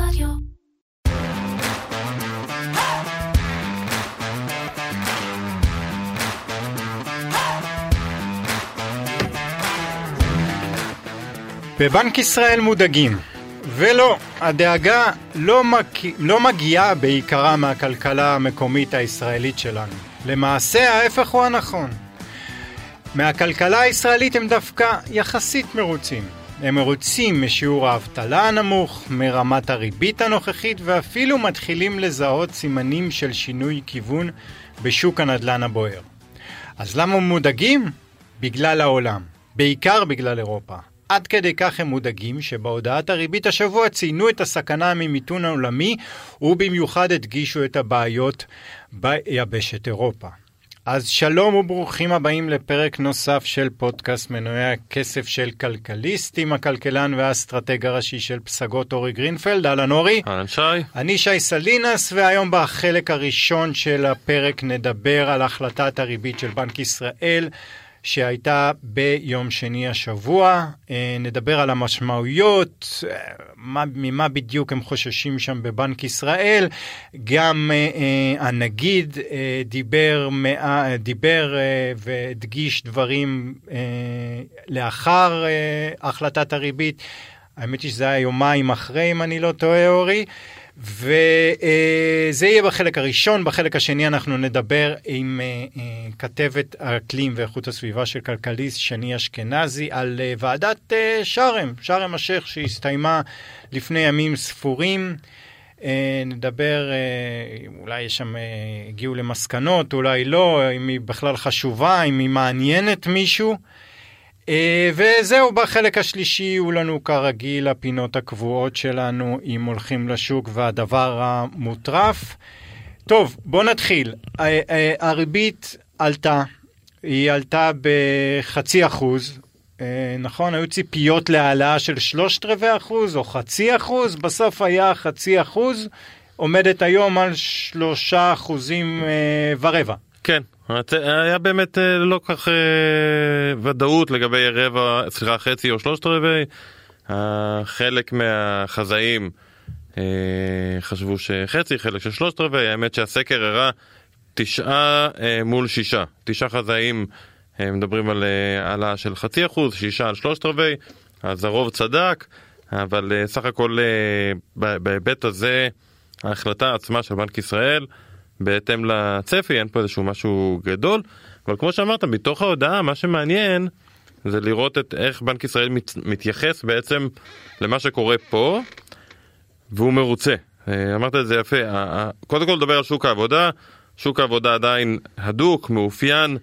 רדיו. בבנק ישראל מודאגים, ולא, הדאגה לא מגיעה בעיקרה מהכלכלה המקומית הישראלית שלנו. למעשה ההפך הוא הנכון. מהכלכלה הישראלית הם דווקא יחסית מרוצים. הם מרוצים משיעור האבטלה הנמוך, מרמת הריבית הנוכחית, ואפילו מתחילים לזהות סימנים של שינוי כיוון בשוק הנדל"ן הבוער. אז למה מודאגים? בגלל העולם, בעיקר בגלל אירופה. עד כדי כך הם מודאגים שבהודעת הריבית השבוע ציינו את הסכנה ממיתון העולמי, ובמיוחד הדגישו את הבעיות ביבשת אירופה. אז שלום וברוכים הבאים לפרק נוסף של פודקאסט מנועי הכסף של כלכליסט, עם הכלכלן והאסטרטג הראשי של פסגות אורי גרינפלד. אהלן אורי. אהלן שי. אני שי סלינס, והיום בחלק הראשון של הפרק נדבר על החלטת הריבית של בנק ישראל, שהייתה ביום שני השבוע. נדבר על המשמעויות, ממה בדיוק הם חוששים שם בבנק ישראל. גם הנגיד דיבר והדגיש דברים לאחר החלטת הריבית. האמת היא שזה היה יומיים אחרי, אם אני לא טועה אורי. וזה יהיה בחלק הראשון. בחלק השני אנחנו נדבר עם כתבת האקלים ואיכות הסביבה של כלכליסט שני אשכנזי על ועדת שרם השייח שהסתיימה לפני ימים ספורים. נדבר, אולי יש שם, הגיעו למסקנות, אולי לא, אם היא בכלל חשובה, אם היא מעניינת מישהו. וזהו, בחלק השלישי הוא לנו כרגיל הפינות הקבועות שלנו אם הולכים לשוק והדבר המוטרף. טוב, בוא נתחיל. הריבית עלתה, היא עלתה ב0.5%, נכון? היו ציפיות להעלאה של 0.75% או 0.5%, בסוף היה 0.5%, עומדת היום על 3.25%. כן. היה באמת לא כך ודאות לגבי חצי או 3/4. חלק מהחזאים חשבו שחצי, חלק של 3/4. האמת שהסקר הראה 9 מול 6. 9 חזאים מדברים על העלאה של 0.5%, 6 על 3/4. אז הרוב צדק, אבל סך הכל בהיבט הזה ההחלטה עצמה של בנק ישראל בהתאם לצפי, אין פה איזשהו משהו גדול, אבל כמו שאמרת, מתוך ההודעה, מה שמעניין זה לראות את איך בנק ישראל מתייחס בעצם למה שקורה פה, והוא מרוצה. אמרת את זה יפה. קודם כל לדבר על שוק העבודה. שוק העבודה עדיין הדוק, מאופיין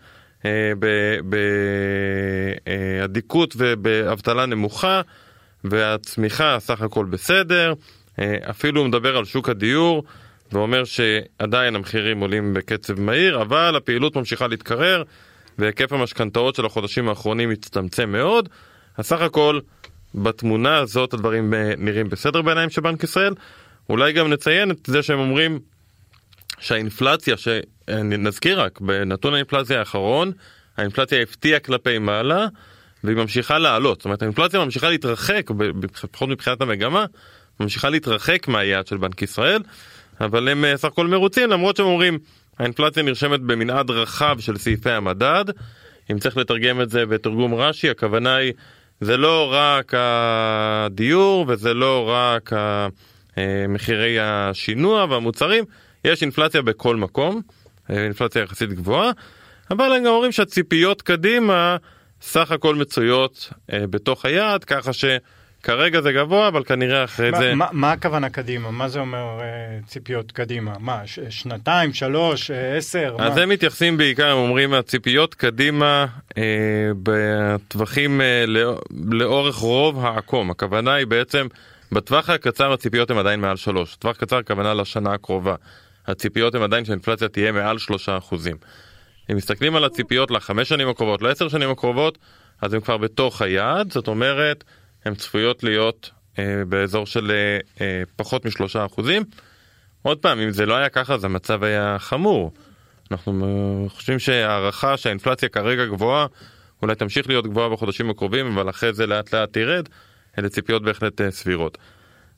בעדיקות ובאבטלה נמוכה, והצמיחה סך הכל בסדר. אפילו מדבר על שוק הדיור, ואומר שעדיין המחירים עולים בקצב מהיר, אבל הפעילות ממשיכה להתקרר, והיקף המשכנתאות של החודשים האחרונים מצטמצם מאוד. אז סך הכל, בתמונה הזאת הדברים נראים בסדר בעיניים של בנק ישראל. אולי גם נציין את זה שהם אומרים שהאינפלציה, שנזכיר רק, בנתון האינפלציה האחרון, האינפלציה הפתיעה כלפי מעלה, והיא ממשיכה לעלות. זאת אומרת, האינפלציה ממשיכה להתרחק, לפחות מבחינת המגמה, ממשיכה להתרחק מהיעד של בנק ישראל, אבל הם סך הכל מרוצים, למרות שהם אומרים, האינפלציה נרשמת במנעד רחב של סעיפי המדד. אם צריך לתרגם את זה בתרגום רש"י, הכוונה היא, זה לא רק הדיור, וזה לא רק מחירי השינוע והמוצרים, יש אינפלציה בכל מקום, אינפלציה יחסית גבוהה, אבל הם גם אומרים שהציפיות קדימה, סך הכל מצויות בתוך היעד, ככה כרגע זה גבוה, אבל כנראה אחרי זה... מה הכוונה קדימה? מה זה אומר ציפיות קדימה? מה, 2, 3, 10? אז הם מתייחסים בעיקר, הם אומרים, הציפיות קדימה בטווחים לאורך רוב העקום. הכוונה היא בעצם, בטווח הקצר הציפיות הן עדיין מעל 3. טווח קצר הכוונה לשנה הקרובה. הציפיות הן עדיין שהאינפלציה תהיה מעל 3%. אם מסתכלים על הציפיות ל5 שנים הקרובות, ל10 שנים הקרובות, אז הם כבר בתוך היעד, זאת אומרת, הן צפויות להיות באזור של פחות מ3%. עוד פעם, אם זה לא היה ככה, אז המצב היה חמור. אנחנו חושבים שהערכה שהאינפלציה כרגע גבוהה, אולי תמשיך להיות גבוהה בחודשים הקרובים, אבל אחרי זה לאט לאט תירד, אלה ציפיות בהחלט סבירות.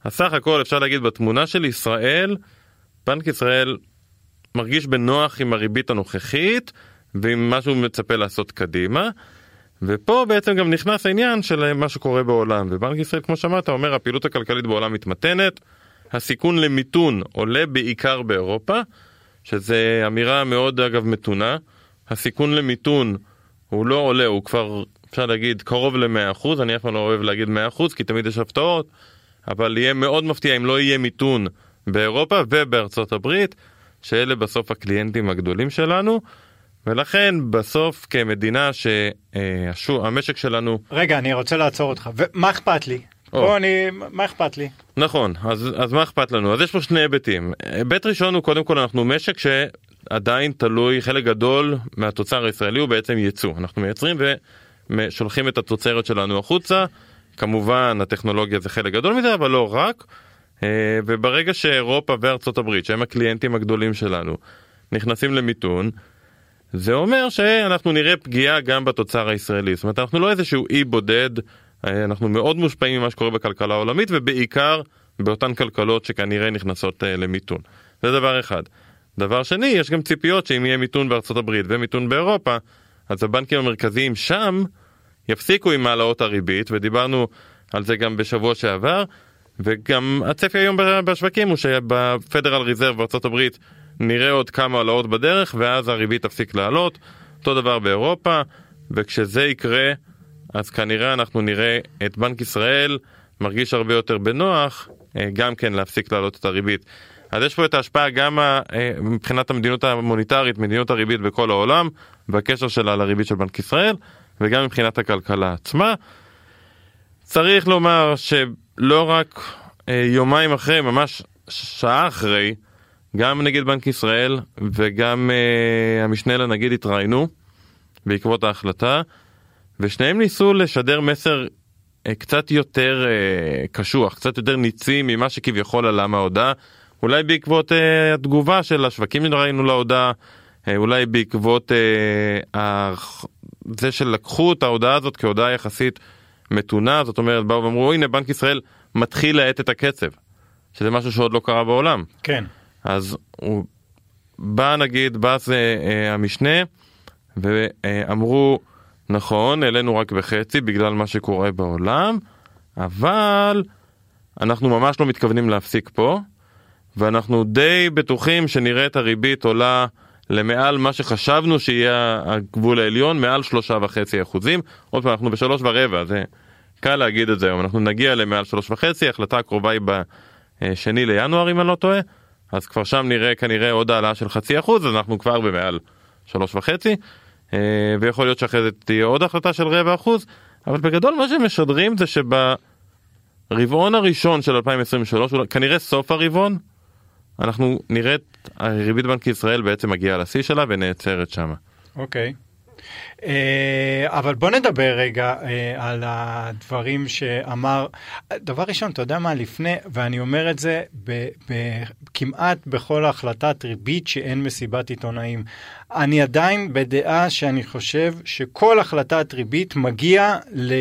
הסך הכל אפשר להגיד בתמונה של ישראל, בנק ישראל מרגיש בנוח עם הריבית הנוכחית, ועם מה שהוא מצפה לעשות קדימה, ופה בעצם גם נכנס העניין של מה שקורה בעולם, ובנק ישראל כמו שאמרת אומר, הפעילות הכלכלית בעולם מתמתנת, הסיכון למיתון עולה בעיקר באירופה, שזה אמירה מאוד אגב מתונה, הסיכון למיתון הוא לא עולה, הוא כבר אפשר להגיד קרוב ל-100%, אני אף פעם לא אוהב להגיד 100%, כי תמיד יש הפתעות, אבל יהיה מאוד מפתיע אם לא יהיה מיתון באירופה ובארצות הברית, שאלה בסוף הקליינטים הגדולים שלנו, ולכן בסוף כמדינה שהמשק שלנו... רגע, אני רוצה לעצור אותך, ומה אכפת לי? מה אכפת לי? נכון, אז מה אכפת לנו? אז יש פה שני היבטים. היבט ראשון הוא קודם כל אנחנו משק שעדיין תלוי, חלק גדול מהתוצר הישראלי הוא בעצם ייצוא. אנחנו מייצרים ושולחים את התוצרת שלנו החוצה, כמובן הטכנולוגיה זה חלק גדול מזה, אבל לא רק. וברגע שאירופה וארצות הברית, שהם הקליינטים הגדולים שלנו, נכנסים למיתון, זה אומר שאנחנו נראה פגיעה גם בתוצר הישראלי. זאת אומרת, אנחנו לא איזשהו אי בודד, אנחנו מאוד מושפעים ממה שקורה בכלכלה העולמית, ובעיקר באותן כלכלות שכנראה נכנסות למיתון. זה דבר אחד. דבר שני, יש גם ציפיות שאם יהיה מיתון בארצות הברית ומיתון באירופה, אז הבנקים המרכזיים שם יפסיקו עם מעלות הריבית, ודיברנו על זה גם בשבוע שעבר, וגם הצפי היום בשווקים הוא שבפדרל ריזרב בארצות הברית נראה עוד כמה העלאות בדרך, ואז הריבית תפסיק לעלות, אותו דבר באירופה, וכשזה יקרה, אז כנראה אנחנו נראה את בנק ישראל מרגיש הרבה יותר בנוח, גם כן להפסיק לעלות את הריבית. אז יש פה את ההשפעה גם מבחינת המדיניות המוניטרית, מדיניות הריבית בכל העולם, והקשר שלה לריבית של בנק ישראל, וגם מבחינת הכלכלה עצמה. צריך לומר שלא רק יומיים אחרי, ממש שעה אחרי, גם נגיד בנק ישראל וגם המשנה לנגיד התראינו בעקבות ההחלטה, ושניהם ניסו לשדר מסר קצת יותר קשוח, קצת יותר ניצי ממה שכביכול עלה מההודעה, אולי בעקבות התגובה של השווקים ראינו להודעה, אולי בעקבות זה שלקחו את ההודעה הזאת כהודעה יחסית מתונה, זאת אומרת באו ואמרו הנה בנק ישראל מתחיל להאט את הקצב, שזה משהו שעוד לא קרה בעולם. כן. אז הוא בא נגיד, בא זה המשנה ואמרו נכון, אלינו רק בחצי בגלל מה שקורה בעולם, אבל אנחנו ממש לא מתכוונים להפסיק פה, ואנחנו די בטוחים שנראה את הריבית עולה למעל מה שחשבנו שיהיה הגבול העליון, מעל 3.5%. עוד פעם, אנחנו ב3.25%, זה קל להגיד את זה היום, אנחנו נגיע למעל 3.5%, ההחלטה הקרובה היא ב2 לינואר אם אני לא טועה, אז כבר שם נראה כנראה עוד העלאה של 0.5%, אז אנחנו כבר במעל 3.5%, ויכול להיות שאחרי זה תהיה עוד החלטה של 0.25%, אבל בגדול מה שמשדרים זה שברבעון הראשון של 2023, כנראה סוף הרבעון, אנחנו נראה את ריבית בנק ישראל בעצם מגיעה לשיא שלה ונעצרת שם. אוקיי. אבל בוא נדבר רגע על הדברים שאמר, דבר ראשון, אתה יודע מה לפני, ואני אומר את זה כמעט בכל החלטת ריבית שאין מסיבת עיתונאים. אני עדיין בדעה שאני חושב שכל החלטת ריבית מגיע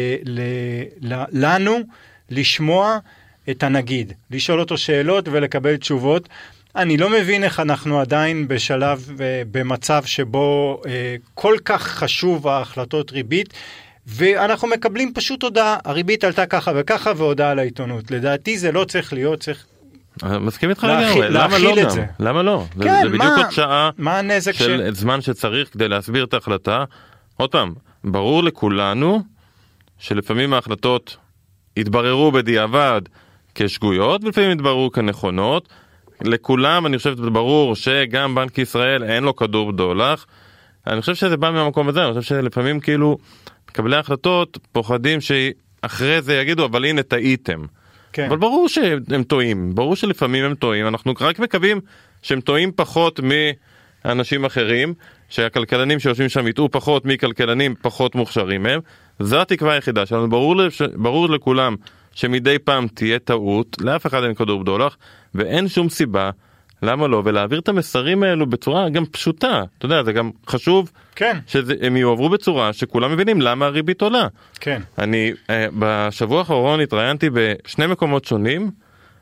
לנו לשמוע את הנגיד, לשאול אותו שאלות ולקבל תשובות. אני לא מבין איך אנחנו עדיין בשלב, במצב שבו כל כך חשוב ההחלטות ריבית, ואנחנו מקבלים פשוט הודעה, הריבית עלתה ככה וככה והודעה לעיתונות. לדעתי זה לא צריך להיות, צריך מסכים איתך לגמרי, למה לא גם? למה לא? כן, זה בדיוק עוד שעה של זמן שצריך כדי להסביר את ההחלטה. עוד פעם, ברור לכולנו שלפעמים ההחלטות התבררו בדיעבד כשגויות, ולפעמים התבררו כנכונות. לכולם אני חושב ברור שגם בנק ישראל אין לו כדור בדולח. אני חושב שזה בא מהמקום הזה, אני חושב שלפעמים כאילו מקבלי ההחלטות פוחדים שאחרי זה יגידו אבל הנה טעיתם. כן. אבל ברור שהם טועים, ברור שלפעמים הם טועים, אנחנו רק מקווים שהם טועים פחות מאנשים אחרים, שהכלכלנים שיושבים שם יטעו פחות מכלכלנים פחות מוכשרים מהם. זו התקווה היחידה שלנו, ברור לכולם שמדי פעם תהיה טעות, לאף אחד אין כדור בדולח, ואין שום סיבה, למה לא, ולהעביר את המסרים האלו בצורה גם פשוטה, אתה יודע, זה גם חשוב, כן. שהם יועברו בצורה שכולם מבינים למה הריבית עולה. כן. אני בשבוע האחרון התראיינתי בשני מקומות שונים,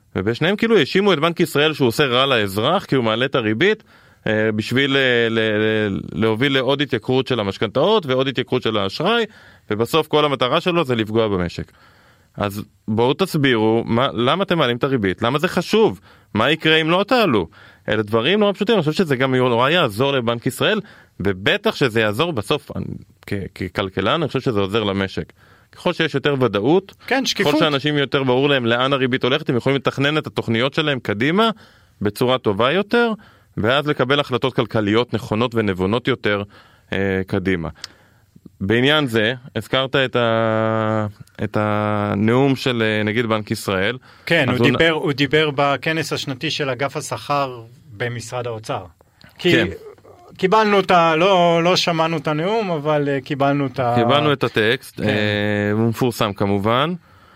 ובשניהם כאילו האשימו את בנק ישראל שהוא עושה רע לאזרח, כי הוא מעלה את הריבית, בשביל להוביל לעוד התייקרות של המשכנתאות ועוד התייקרות של האשראי, ובסוף כל המטרה שלו זה לפגוע במשק. אז בואו תסבירו למה אתם מעלים את הריבית, למה זה חשוב, מה יקרה אם לא תעלו. אלה דברים נורא פשוטים, אני חושב שזה גם נורא יעזור לבנק ישראל, ובטח שזה יעזור בסוף, ככלכלן אני חושב שזה עוזר למשק. ככל שיש יותר ודאות, כן, שקיפות. ככל שאנשים יותר ברור להם לאן הריבית הולכת, הם יכולים לתכנן את התוכניות שלהם קדימה בצורה טובה יותר, ואז לקבל החלטות כלכליות נכונות ונבונות יותר קדימה. בעניין זה, הזכרת את הנאום של נגיד בנק ישראל. כן, הוא דיבר בכנס השנתי של אגף השכר במשרד האוצר. כן. קיבלנו לא שמענו את הנאום, אבל קיבלנו את הטקסט, הוא מפורסם כמובן.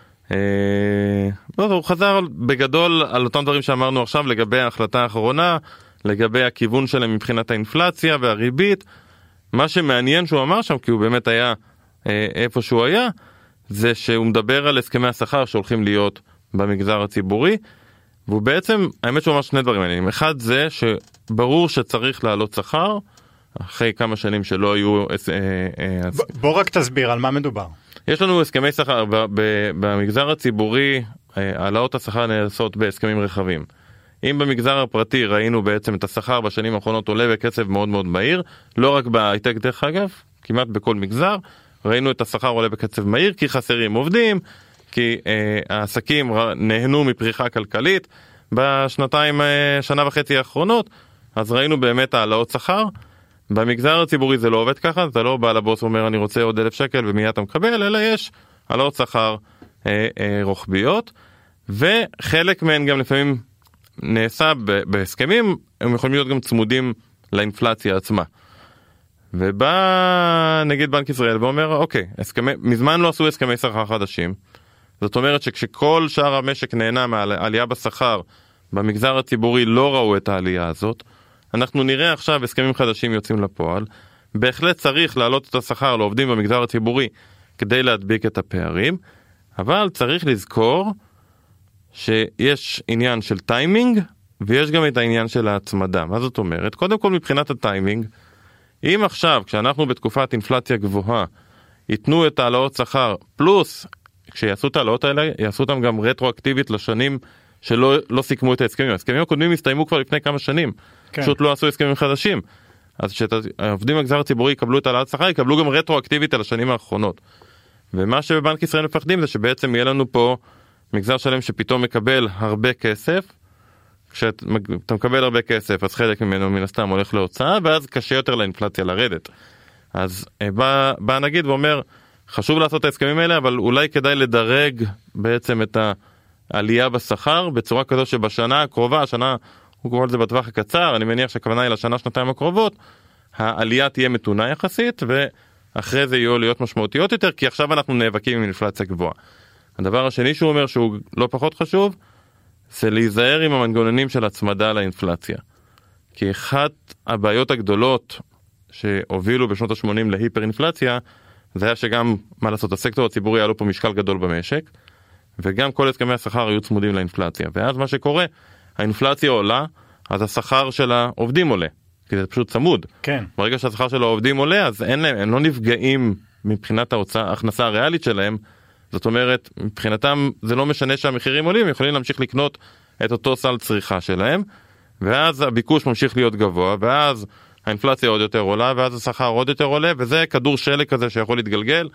הוא חזר בגדול על אותם דברים שאמרנו עכשיו לגבי ההחלטה האחרונה, לגבי הכיוון שלהם מבחינת האינפלציה והריבית. מה שמעניין שהוא אמר שם, כי הוא באמת היה איפה שהוא היה, זה שהוא מדבר על הסכמי השכר שהולכים להיות במגזר הציבורי, והוא בעצם, האמת שהוא אמר שני דברים מעניינים. אחד זה שברור שצריך לעלות שכר, אחרי כמה שנים שלא היו... בוא רק תסביר על מה מדובר. יש לנו הסכמי שכר, במגזר הציבורי, העלאות השכר נעשות בהסכמים רחבים. אם במגזר הפרטי ראינו בעצם את השכר בשנים האחרונות עולה בקצב מאוד מאוד מהיר, לא רק בהייטק דרך אגב, כמעט בכל מגזר, ראינו את השכר עולה בקצב מהיר, כי חסרים עובדים, כי העסקים נהנו מפריחה כלכלית בשנתיים, שנה וחצי האחרונות, אז ראינו באמת העלאות שכר. במגזר הציבורי זה לא עובד ככה, זה לא בא לבוס ואומר אני רוצה עוד 1,000 שקל ומיד אתה מקבל, אלא יש העלאות שכר רוחביות, וחלק מהן גם לפעמים נעשה בהסכמים, הם יכולים להיות גם צמודים לאינפלציה עצמה. ובא נגיד בנק ישראל ואומר, אוקיי, מזמן לא עשו הסכמי שכר חדשים, זאת אומרת שכשכל שאר המשק נהנה מהעלייה בשכר, במגזר הציבורי לא ראו את העלייה הזאת, אנחנו נראה עכשיו הסכמים חדשים יוצאים לפועל, בהחלט צריך להעלות את השכר לעובדים במגזר הציבורי, כדי להדביק את הפערים, אבל צריך לזכור, שיש עניין של טיימינג, ויש גם את העניין של ההצמדה. מה זאת אומרת? קודם כל מבחינת הטיימינג, אם עכשיו, כשאנחנו בתקופת אינפלציה גבוהה, ייתנו את העלאות שכר, פלוס, כשיעשו את העלאות האלה, יעשו אותם גם רטרואקטיבית לשנים שלא סיכמו את ההסכמים. ההסכמים הקודמים הסתיימו כבר לפני כמה שנים, כן. פשוט לא עשו הסכמים חדשים. אז כשהעובדים במגזר הציבורי יקבלו את העלאת שכר, יקבלו גם רטרואקטיבית על השנים האחרונות. ומה שבבנק ישראל מפחדים זה שבעצם יהיה לנו פה מגזר שלם שפתאום מקבל הרבה כסף, כשאתה מקבל הרבה כסף, אז חלק ממנו מן הסתם הולך להוצאה, ואז קשה יותר לאינפלציה לרדת. אז בא נגיד ואומר, חשוב לעשות את ההסכמים האלה, אבל אולי כדאי לדרג בעצם את העלייה בשכר, בצורה כזו שבשנה הקרובה, השנה, הוא קורא לזה בטווח הקצר, אני מניח שהכוונה היא לשנה, שנתיים הקרובות, העלייה תהיה מתונה יחסית, ואחרי זה יהיו עליות משמעותיות יותר, כי עכשיו אנחנו נאבקים עם אינפלציה גבוהה. הדבר השני שהוא אומר שהוא לא פחות חשוב, זה להיזהר עם המנגנונים של הצמדה לאינפלציה. כי אחת הבעיות הגדולות שהובילו בשנות ה-80 להיפר-אינפלציה, זה היה שגם, מה לעשות, הסקטור הציבורי היה לו פה משקל גדול במשק, וגם כל הסכמי השכר היו צמודים לאינפלציה. ואז מה שקורה, האינפלציה עולה, אז השכר של העובדים עולה, כי זה פשוט צמוד. כן. ברגע שהשכר של העובדים עולה, אז הם לא נפגעים מבחינת ההכנסה הריאלית שלהם, זאת אומרת, מבחינתם זה לא משנה שהמחירים עולים, הם יכולים להמשיך לקנות את אותו סל צריכה שלהם, ואז הביקוש ממשיך להיות גבוה, ואז האינפלציה עוד יותר עולה, ואז השכר עוד יותר עולה, וזה כדור שלג כזה שיכול להתגלגל,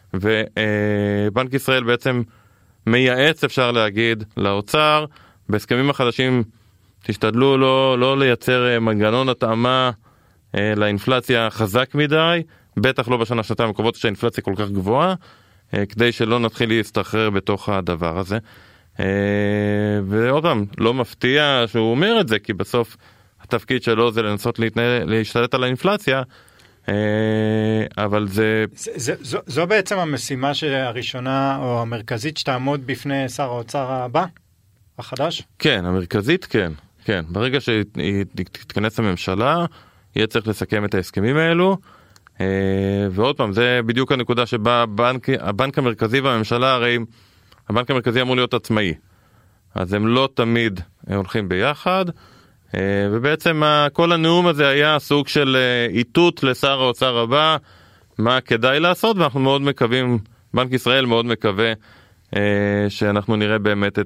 ובנק ישראל בעצם מייעץ, אפשר להגיד, לאוצר, בהסכמים החדשים תשתדלו לא לייצר מנגנון התאמה לאינפלציה חזק מדי, בטח לא בשנה שנתיים הקרובות שהאינפלציה כל כך גבוהה, כדי שלא נתחיל להסתחרר בתוך הדבר הזה. ועוד פעם, לא מפתיע שהוא אומר את זה, כי בסוף התפקיד שלו זה לנסות להשתלט על האינפלציה, אבל זו בעצם המשימה הראשונה או המרכזית שתעמוד בפני שר האוצר הבא, החדש? כן, המרכזית כן. ברגע שתתכנס הממשלה, יהיה צריך לסכם את ההסכמים האלו, ועוד פעם, זה בדיוק הנקודה שבה הבנק המרכזי והממשלה, הרי הבנק המרכזי אמור להיות עצמאי. אז הם לא תמיד הולכים ביחד, ובעצם כל הנאום הזה היה סוג של איתות לשר האוצר הבא, מה כדאי לעשות, ואנחנו מאוד מקווים, בנק ישראל מאוד מקווה, שאנחנו נראה באמת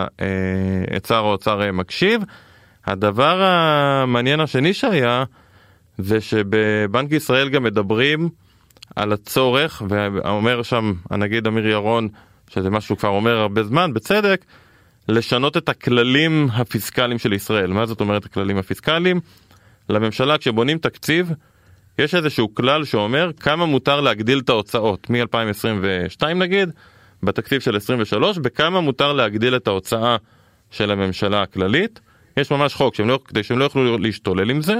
את שר האוצר מקשיב. הדבר המעניין השני שהיה, זה שבבנק ישראל גם מדברים על הצורך, ואומר שם הנגיד אמיר ירון, שזה משהו כבר אומר הרבה זמן, בצדק, לשנות את הכללים הפיסקליים של ישראל. מה זאת אומרת הכללים הפיסקליים? לממשלה כשבונים תקציב, יש איזשהו כלל שאומר כמה מותר להגדיל את ההוצאות, מ-2022 נגיד, בתקציב של 23, בכמה מותר להגדיל את ההוצאה של הממשלה הכללית. יש ממש חוק, כדי שהם לא יוכלו להשתולל עם זה,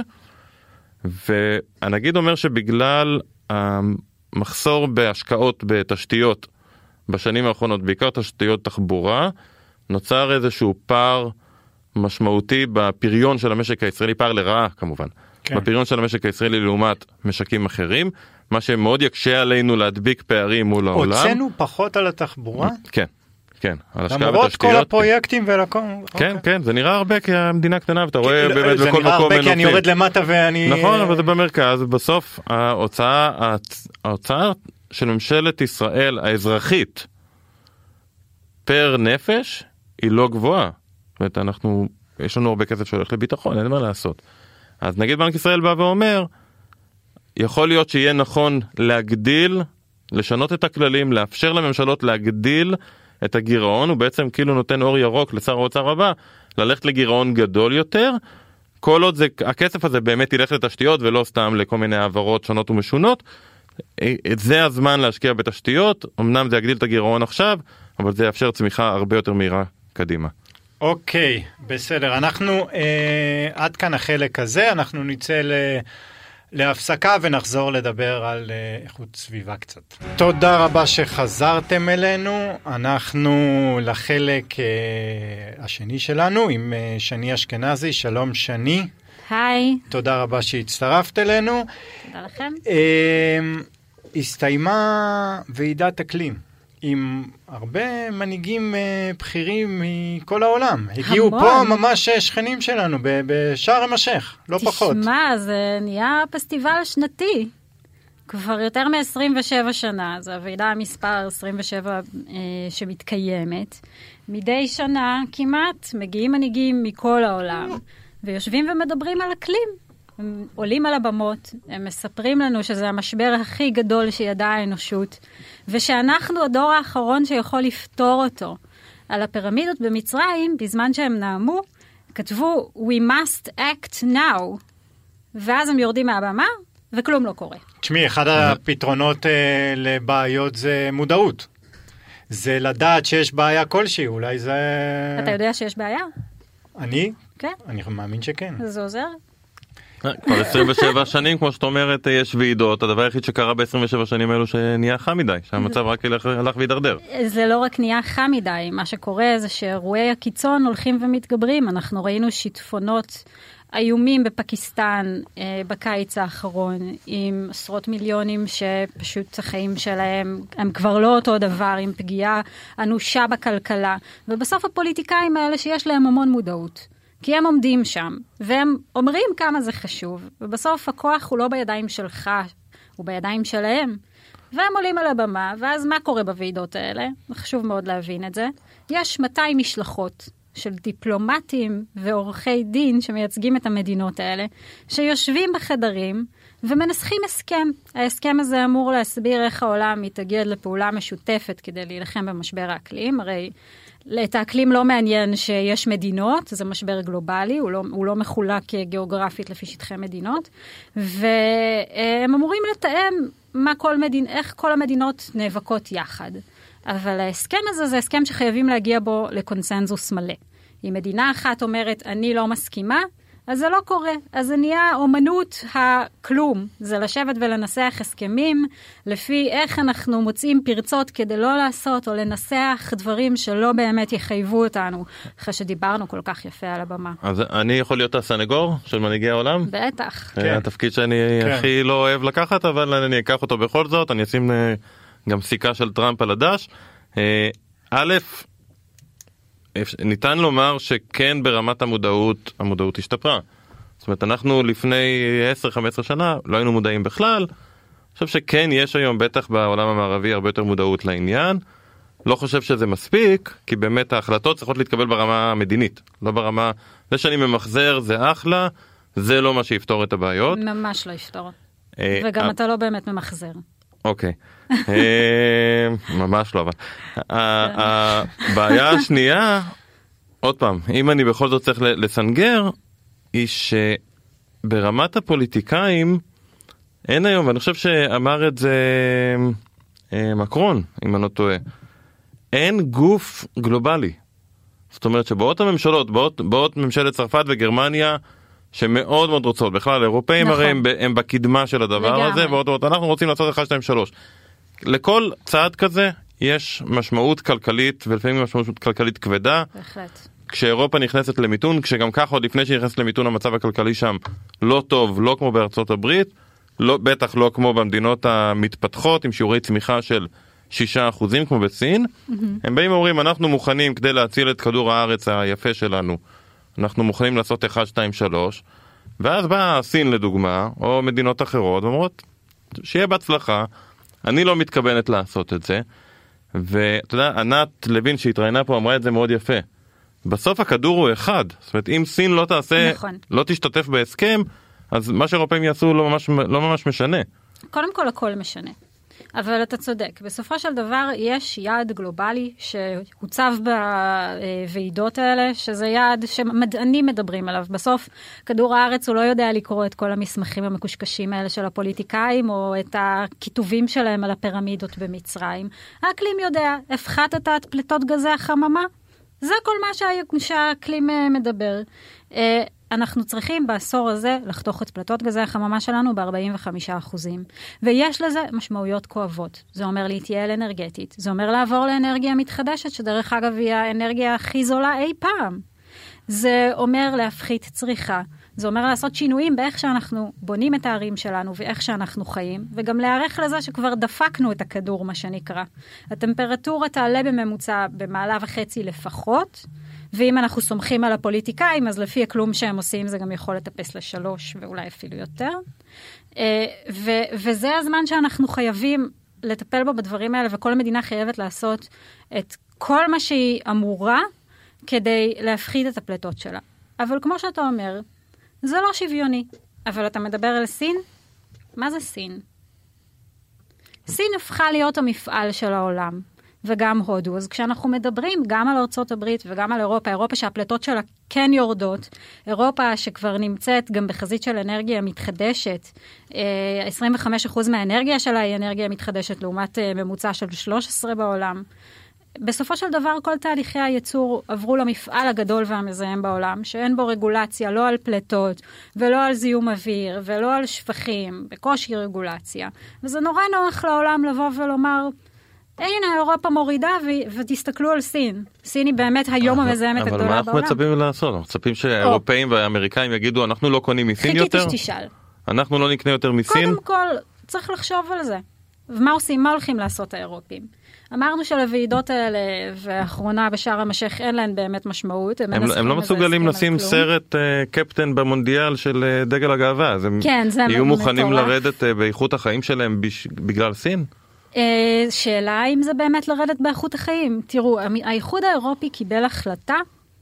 והנגיד אומר שבגלל המחסור בהשקעות בתשתיות בשנים האחרונות, בעיקר תשתיות תחבורה, נוצר איזשהו פער משמעותי בפריון של המשק הישראלי, פער לרעה כמובן, כן. בפריון של המשק הישראלי לעומת משקים אחרים, מה שמאוד יקשה עלינו להדביק פערים מול העולם. הוצאנו פחות על התחבורה? כן, כן. למרות כל הפרויקטים ולכל... כן, כן, זה נראה הרבה כי המדינה קטנה, ואתה רואה באמת בכל מקום מנופים. זה נראה הרבה כי אני יורד למטה ואני... נכון, אבל זה במרכז, בסוף ההוצאה של ממשלת ישראל האזרחית פר נפש היא לא גבוהה. זאת אומרת, יש לנו הרבה כסף שהולך לביטחון, אין מה לעשות. אז נגיד בנק ישראל בא ואומר, יכול להיות שיהיה נכון להגדיל, לשנות את הכללים, לאפשר לממשלות להגדיל את הגירעון, הוא בעצם כאילו נותן אור ירוק לשר האוצר הבא, ללכת לגירעון גדול יותר, כל עוד הכסף הזה באמת ילך לתשתיות, ולא סתם לכל מיני העברות שונות ומשונות, זה הזמן להשקיע בתשתיות, אמנם זה יגדיל את הגירעון עכשיו, אבל זה יאפשר צמיחה הרבה יותר מהירה קדימה. אוקיי, בסדר, אנחנו עד כאן החלק הזה, אנחנו נצא להפסקה ונחזור לדבר על איכות סביבה קצת. תודה רבה שחזרתם אלינו, אנחנו לחלק השני שלנו עם שני אשכנזי, שלום שני. היי. תודה רבה שהצטרפת אלינו. תודה לכם. הסתיימה ועידת אקלים. עם הרבה מנהיגים בכירים מכל העולם. הגיעו פה ממש שכנים שלנו בשארם א-שייח, לא פחות. תשמע, זה נהיה פסטיבל שנתי. כבר יותר מ-27 שנה, זו הוועידה המספר 27 שמתקיימת. מדי שנה כמעט מגיעים מנהיגים מכל העולם, ויושבים ומדברים על אקלים. הם עולים על הבמות, הם מספרים לנו שזה המשבר הכי גדול שידעה האנושות, ושאנחנו הדור האחרון שיכול לפתור אותו. על הפירמידות במצרים, בזמן שהם נעמו, כתבו, we must act now, ואז הם יורדים מהבמה, וכלום לא קורה. תשמעי, אחד הפתרונות לבעיות זה מודעות. זה לדעת שיש בעיה כלשהי, אולי זה... אתה יודע שיש בעיה? אני? כן. אני מאמין שכן. זה עוזר? כבר 27 שנים, כמו שאת אומרת, יש ועידות. הדבר היחיד שקרה ב-27 שנים האלו שנהיה חם מדי, שהמצב רק הלך וידרדר. זה לא רק נהיה חם מדי, מה שקורה זה שאירועי הקיצון הולכים ומתגברים. אנחנו ראינו שיטפונות איומים בפקיסטן בקיץ האחרון, עם עשרות מיליונים שפשוט החיים שלהם הם כבר לא אותו דבר, עם פגיעה אנושה בכלכלה. ובסוף הפוליטיקאים האלה שיש להם המון מודעות. כי הם עומדים שם, והם אומרים כמה זה חשוב, ובסוף הכוח הוא לא בידיים שלך, הוא בידיים שלהם. והם עולים על הבמה, ואז מה קורה בוועידות האלה? חשוב מאוד להבין את זה. יש 200 משלחות של דיפלומטים ועורכי דין שמייצגים את המדינות האלה, שיושבים בחדרים ומנסחים הסכם. ההסכם הזה אמור להסביר איך העולם מתאגד לפעולה משותפת כדי להילחם במשבר האקלים. הרי את האקלים לא מעניין שיש מדינות, זה משבר גלובלי, הוא לא מחולק גיאוגרפית לפי שטחי מדינות, והם אמורים לתאם איך כל המדינות נאבקות יחד. אבל ההסכם הזה זה הסכם שחייבים להגיע בו לקונסנזוס מלא. אם מדינה אחת אומרת, אני לא מסכימה, אז זה לא קורה. אז זה נהיה אומנות הכלום. זה לשבת ולנסח הסכמים, לפי איך אנחנו מוצאים פרצות כדי לא לעשות, או לנסח דברים שלא באמת יחייבו אותנו, אחרי שדיברנו כל כך יפה על הבמה. אז אני יכול להיות הסנגור של מנהיגי העולם? בטח. כן. התפקיד שאני הכי לא אוהב לקחת, אבל אני אקח אותו בכל זאת, אני אשים גם סיכה של טראמפ על הדש. א', ניתן לומר שכן ברמת המודעות השתפרה. זאת אומרת, אנחנו לפני 10-15 שנה לא היינו מודעים בכלל. אני חושב שכן יש היום בטח בעולם המערבי הרבה יותר מודעות לעניין. לא חושב שזה מספיק, כי באמת ההחלטות צריכות להתקבל ברמה המדינית. לא ברמה, זה שאני ממחזר זה אחלה, זה לא מה שיפתור את הבעיות. ממש לא יפתור. וגם אתה לא באמת ממחזר. אוקיי. ממש לא, אבל. הבעיה השנייה, עוד פעם, אם אני בכל זאת צריך לסנגר, היא שברמת הפוליטיקאים, אין היום, ואני חושב שאמר את זה מקרון, אם אני לא טועה, אין גוף גלובלי. זאת אומרת שבאות הממשלות, באות ממשלת צרפת וגרמניה, שמאוד מאוד רוצות, בכלל אירופאים נכון. הרי הם בקדמה של הדבר לגמרי. הזה, ועוד אנחנו רוצים לעשות 1, 2, 3. לכל צעד כזה יש משמעות כלכלית, ולפעמים משמעות כלכלית כבדה. בהחלט. כשאירופה נכנסת למיתון, כשגם ככה עוד לפני שנכנסת למיתון המצב הכלכלי שם לא טוב, לא כמו בארצות הברית, לא, בטח לא כמו במדינות המתפתחות, עם שיעורי צמיחה של 6% כמו בסין. הם באים ואומרים, אנחנו מוכנים כדי להציל את כדור הארץ היפה שלנו, אנחנו מוכנים לעשות 1, 2, 3, ואז באה סין לדוגמה, או מדינות אחרות, ואומרות, שיהיה בהצלחה, אני לא מתכוונת לעשות את זה, ואתה יודע, ענת לוין שהתראיינה פה אמרה את זה מאוד יפה, בסוף הכדור הוא אחד, זאת אומרת, אם סין לא תעשה, נכון. לא תשתתף בהסכם, אז מה שאירופאים יעשו לא ממש משנה. קודם כל הכל משנה. אבל אתה צודק, בסופו של דבר יש יעד גלובלי שהוצב בוועידות האלה, שזה יעד שמדענים מדברים עליו. בסוף כדור הארץ הוא לא יודע לקרוא את כל המסמכים המקושקשים האלה של הפוליטיקאים, או את הכיתובים שלהם על הפירמידות במצרים. האקלים יודע, הפחתת את פליטות גזי החממה, זה כל מה שהאקלים מדבר. אנחנו צריכים בעשור הזה לחתוך את פליטות גזי החממה שלנו ב-45%. ויש לזה משמעויות כואבות. זה אומר להתייעל אנרגטית. זה אומר לעבור לאנרגיה מתחדשת, שדרך אגב היא האנרגיה הכי זולה אי פעם. זה אומר להפחית צריכה. זה אומר לעשות שינויים באיך שאנחנו בונים את הערים שלנו ואיך שאנחנו חיים, וגם להיערך לזה שכבר דפקנו את הכדור, מה שנקרא. הטמפרטורה תעלה בממוצע במעלה וחצי לפחות, ואם אנחנו סומכים על הפוליטיקאים, אז לפי הכלום שהם עושים, זה גם יכול לטפס ל3 ואולי אפילו יותר. וזה הזמן שאנחנו חייבים לטפל בו בדברים האלה, וכל המדינה חייבת לעשות את כל מה שהיא אמורה, כדי להפחית את הפליטות שלה. אבל כמו שאתה אומר, זה לא שוויוני. אבל אתה מדבר על סין? מה זה סין? סין הפכה להיות המפעל של העולם, וגם הודו. אז כשאנחנו מדברים גם על ארצות הברית וגם על אירופה, אירופה שהפליטות שלה כן יורדות, אירופה שכבר נמצאת גם בחזית של אנרגיה מתחדשת, 25% מהאנרגיה שלה היא אנרגיה מתחדשת, לעומת ממוצע של 13 בעולם. בסופו של דבר כל תהליכי הייצור עברו למפעל הגדול והמזהם בעולם, שאין בו רגולציה לא על פליטות ולא על זיהום אוויר ולא על שפכים, בקושי רגולציה. וזה נורא נוח לעולם לבוא ולומר, הנה אירופה מורידה ותסתכלו על סין. סין היא באמת היום המזהמת הגדולה בעולם. אבל מה אנחנו מצפים לעשות? אנחנו מצפים שהאירופאים והאמריקאים יגידו, אנחנו לא קונים מסין יותר? חיכיתי שתשאל. אנחנו לא נקנה יותר מסין? קודם כל, צריך לחשוב על זה. ומה עושים? מה הולכים לעשות האירופים? אמרנו שלוועידות האלה, והאחרונה בשאר המשך, אין להן באמת משמעות. הם לא מסוגלים לשים סרט קפטן במונדיאל של דגל הגאווה. כן, זה יהיו מוכנים לרדת באיכות החיים שלהם בגלל סין? שאלה אם זה באמת לרדת באיכות החיים. תראו, האיחוד האירופי קיבל החלטה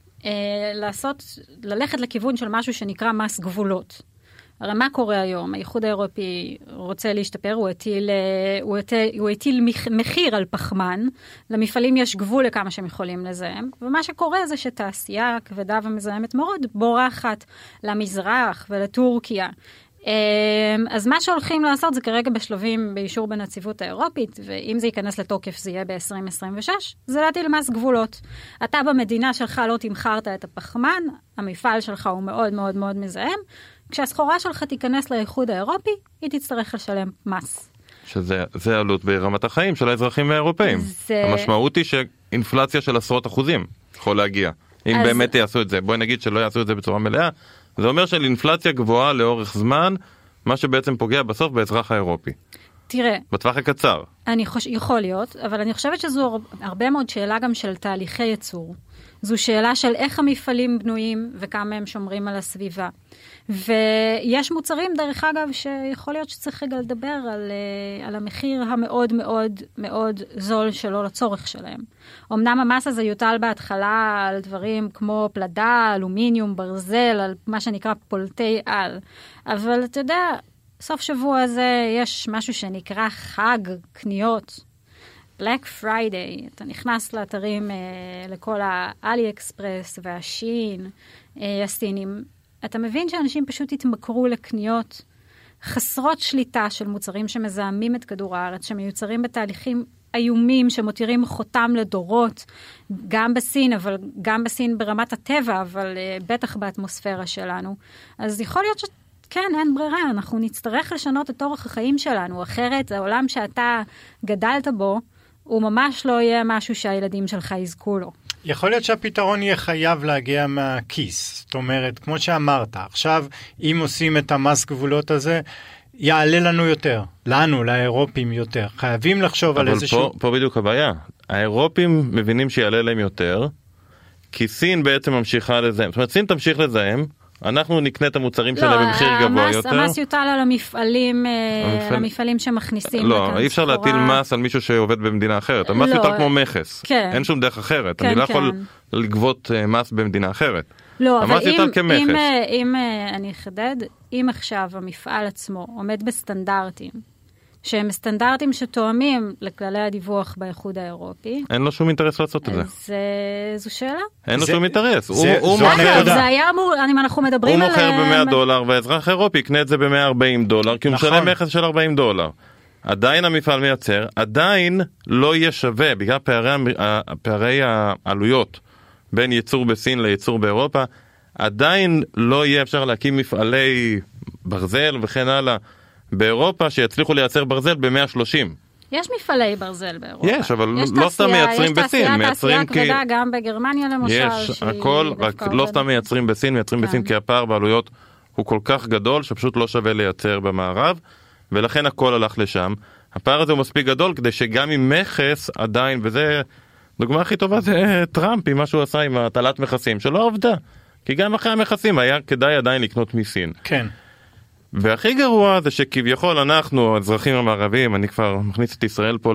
ללכת לכיוון של משהו שנקרא מס גבולות. הרי מה קורה היום? האיחוד האירופי רוצה להשתפר, הוא הטיל מחיר על פחמן, למפעלים יש גבול לכמה שהם יכולים לזהם, ומה שקורה זה שתעשייה כבדה ומזהמת מאוד בורחת למזרח ולטורקיה. אז מה שהולכים לעשות זה כרגע בשלבים באישור בנציבות האירופית, ואם זה ייכנס לתוקף זה יהיה ב-2026, זה להטיל מס גבולות. אתה במדינה שלך לא תמחרת את הפחמן, המפעל שלך הוא מאוד מאוד מאוד מזהם, כשהסחורה שלך תיכנס לאיחוד האירופי, היא תצטרך לשלם מס. שזה עלות ברמת החיים של האזרחים והאירופאים. המשמעות היא שאינפלציה של עשרות אחוזים יכול להגיע. אם באמת יעשו את זה, בואי נגיד שלא יעשו את זה בצורה מלאה, זה אומר של אינפלציה גבוהה לאורך זמן, מה שבעצם פוגע בסוף באזרח האירופי. תראה. בטווח הקצר. יכול להיות, אבל אני חושבת שזו הרבה מאוד שאלה גם של תהליכי ייצור. זו שאלה של איך המפעלים בנויים וכמה הם שומרים על הסביבה. ויש מוצרים, דרך אגב, שיכול להיות שצריך רגע לדבר על המחיר המאוד מאוד מאוד זול שלו לצורך שלהם. אמנם המס הזה יוטל בהתחלה על דברים כמו פלדה, אלומיניום, ברזל, על מה שנקרא פולטי על. אבל אתה יודע, סוף שבוע הזה יש משהו שנקרא חג קניות. Black Friday, אתה נכנס לאתרים, לכל האלי אקספרס והשין, הסינים, אתה מבין שאנשים פשוט התמכרו לקניות חסרות שליטה של מוצרים שמזהמים את כדור הארץ, שמיוצרים בתהליכים איומים, שמותירים חותם לדורות, גם בסין, אבל גם בסין ברמת הטבע, אבל בטח באטמוספירה שלנו. אז יכול להיות כן, אין ברירה, אנחנו נצטרך לשנות את אורח החיים שלנו, אחרת העולם שאתה גדלת בו, הוא ממש לא יהיה משהו שהילדים שלך יזכו לו. יכול להיות שהפתרון יהיה חייב להגיע מהכיס. זאת אומרת, כמו שאמרת, עכשיו, אם עושים את המס גבולות הזה, יעלה לנו יותר. לנו, לאירופים יותר. חייבים לחשוב על איזשהו... אבל פה בדיוק הבעיה. האירופים מבינים שיעלה להם יותר, כי סין בעצם ממשיכה לזהם. זאת אומרת, סין תמשיך לזהם, אנחנו נקנה את המוצרים שלהם במחיר גבוה יותר. המס יוטל על המפעלים שמכניסים. לא, אי אפשר להטיל מס על מישהו שעובד במדינה אחרת. המס יוטל כמו מכס. אין שום דרך אחרת. אני לא יכול לגבות מס במדינה אחרת. לא, אבל אם אני אחדד, אם עכשיו המפעל עצמו עומד בסטנדרטים, שהם סטנדרטים שתואמים לכללי הדיווח באיחוד האירופי. אין לו שום אינטרס לעשות את זה. אז זו שאלה. אין לו שום אינטרס. זה היה אמור, אם אנחנו מדברים על... הוא מוכר $100 והאזרח האירופי יקנה את זה $140, כי הוא משלם מכס של $40. עדיין המפעל מייצר, עדיין לא יהיה שווה, בגלל פערי העלויות בין ייצור בסין לייצור באירופה, עדיין לא יהיה אפשר להקים מפעלי ברזל וכן הלאה, באירופה שיצליחו לייצר ברזל ב-130. יש מפעלי ברזל באירופה. יש, אבל לא סתם מייצרים בסין. יש תעשייה כבדה גם בגרמניה למשל. יש, הכל, רק לא סתם מייצרים בסין, מייצרים בסין כי הפער בעלויות הוא כל כך גדול, שפשוט לא שווה לייצר במערב, ולכן הכל הלך לשם. הפער הזה הוא מספיק גדול, כדי שגם עם מכס עדיין, וזה, דוגמה הכי טובה זה טראמפ, עם מה שהוא עשה עם הטלת מכסים, שלא עובדה. כי גם אחרי המכסים היה כדאי עדיין לקנות מסין. כן. והכי גרוע זה שכביכול אנחנו, האזרחים המערבים, אני כבר מכניס את ישראל פה